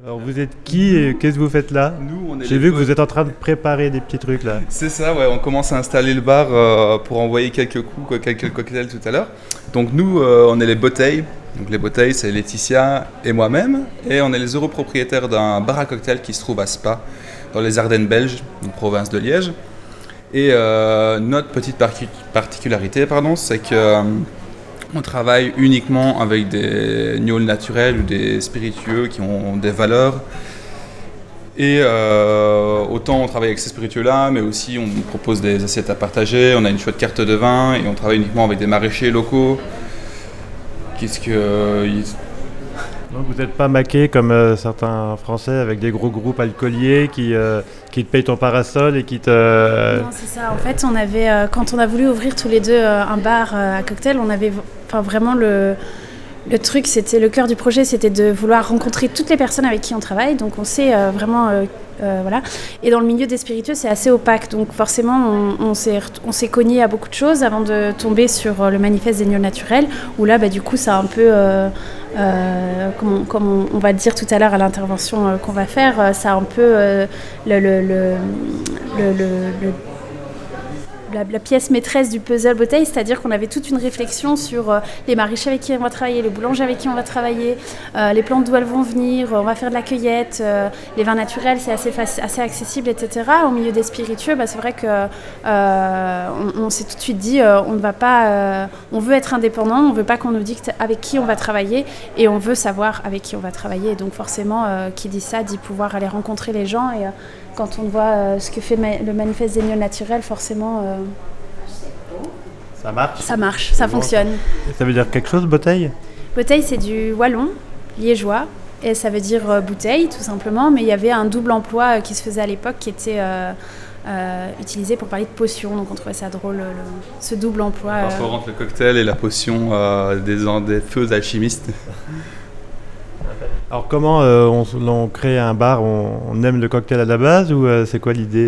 Alors vous êtes qui et qu'est-ce que vous faites là? Nous, on est J'ai vu que vous êtes en train de préparer des petits trucs là. C'est ça, ouais, on commence à installer le bar pour envoyer quelques coups, quelques cocktails tout à l'heure. Donc nous, on est les bouteilles. Donc les bouteilles, c'est Laetitia et moi-même. Et on est les heureux propriétaires d'un bar à cocktails qui se trouve à Spa, dans les Ardennes belges, une province de Liège. Et notre petite particularité, c'est que on travaille uniquement avec des gnôles naturels ou des spiritueux qui ont des valeurs. Et autant on travaille avec ces spiritueux-là, mais aussi on propose des assiettes à partager, on a une chouette carte de vin et on travaille uniquement avec des maraîchers locaux. Donc vous n'êtes pas maqué comme certains Français avec des gros groupes alcooliers qui te payent ton parasol et qui te... Non, c'est ça. En fait, on avait, quand on a voulu ouvrir tous les deux un bar à cocktail, on avait vraiment le truc, c'était le cœur du projet, c'était de vouloir rencontrer toutes les personnes avec qui on travaille. Donc on sait vraiment... voilà. Et dans le milieu des spiritueux, c'est assez opaque. Donc forcément, on s'est cogné à beaucoup de choses avant de tomber sur le manifeste des gnôles naturels, où là, du coup, ça a un peu... comme on va le dire tout à l'heure à l'intervention qu'on va faire, ça a un peu la pièce maîtresse du puzzle bouteille, c'est-à-dire qu'on avait toute une réflexion sur les maraîchers avec qui on va travailler, les boulangers avec qui on va travailler, les plantes d'où elles vont venir, on va faire de la cueillette, les vins naturels c'est assez accessible, etc. Au milieu des spiritueux, c'est vrai que on s'est tout de suite dit on ne va pas, on veut être indépendant, on ne veut pas qu'on nous dicte avec qui on va travailler et on veut savoir avec qui on va travailler. Et donc forcément, qui dit ça dit pouvoir aller rencontrer les gens et quand on voit ce que fait le manifeste des gnôles naturels, forcément... Ça marche. Ça marche, ça fonctionne. Ça veut dire quelque chose, bouteille? Bouteille, c'est du wallon, liégeois, et ça veut dire bouteille, tout simplement, mais il y avait un double emploi qui se faisait à l'époque qui était utilisé pour parler de potion, donc on trouvait ça drôle, ce double emploi. Parfois, entre le cocktail et la potion des feux alchimistes. Alors comment on crée un bar, on aime le cocktail à la base ou c'est quoi l'idée?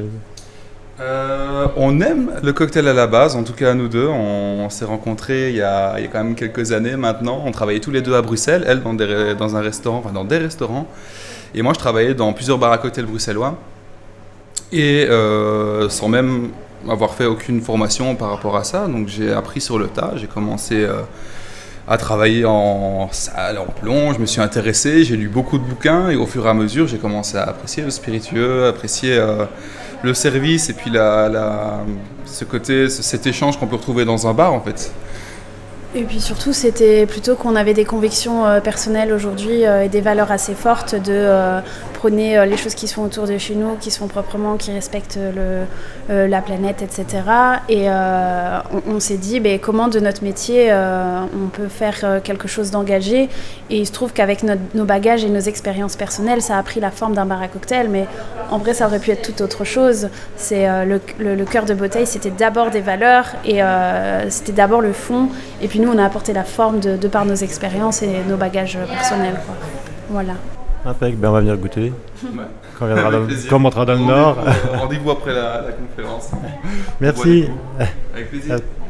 On aime le cocktail à la base, en tout cas nous deux, on s'est rencontrés il y a quand même quelques années maintenant, on travaillait tous les deux à Bruxelles, elle dans un restaurant, enfin dans des restaurants, et moi je travaillais dans plusieurs bars à cocktails bruxellois, et sans même avoir fait aucune formation par rapport à ça, donc j'ai appris sur le tas, j'ai commencé... à travailler en salle, en plonge, je me suis intéressé, j'ai lu beaucoup de bouquins et au fur et à mesure j'ai commencé à apprécier le spiritueux, apprécier le service et puis ce côté, cet échange qu'on peut retrouver dans un bar en fait. Et puis surtout, c'était plutôt qu'on avait des convictions personnelles aujourd'hui et des valeurs assez fortes de prôner les choses qui se font autour de chez nous, qui se font proprement, qui respectent la planète, etc. Et on s'est dit comment de notre métier on peut faire quelque chose d'engagé. Et il se trouve qu'avec nos bagages et nos expériences personnelles, ça a pris la forme d'un bar à cocktail, mais en vrai, ça aurait pu être tout autre chose. C'est le cœur de bouteille, c'était d'abord des valeurs et c'était d'abord le fond. Et puis nous, on a apporté la forme de par nos expériences et nos bagages personnels, quoi. Voilà. Impec, on va venir goûter. Ouais. Quand on montera dans le Nord. Rendez-vous après la conférence. Merci. Avec plaisir.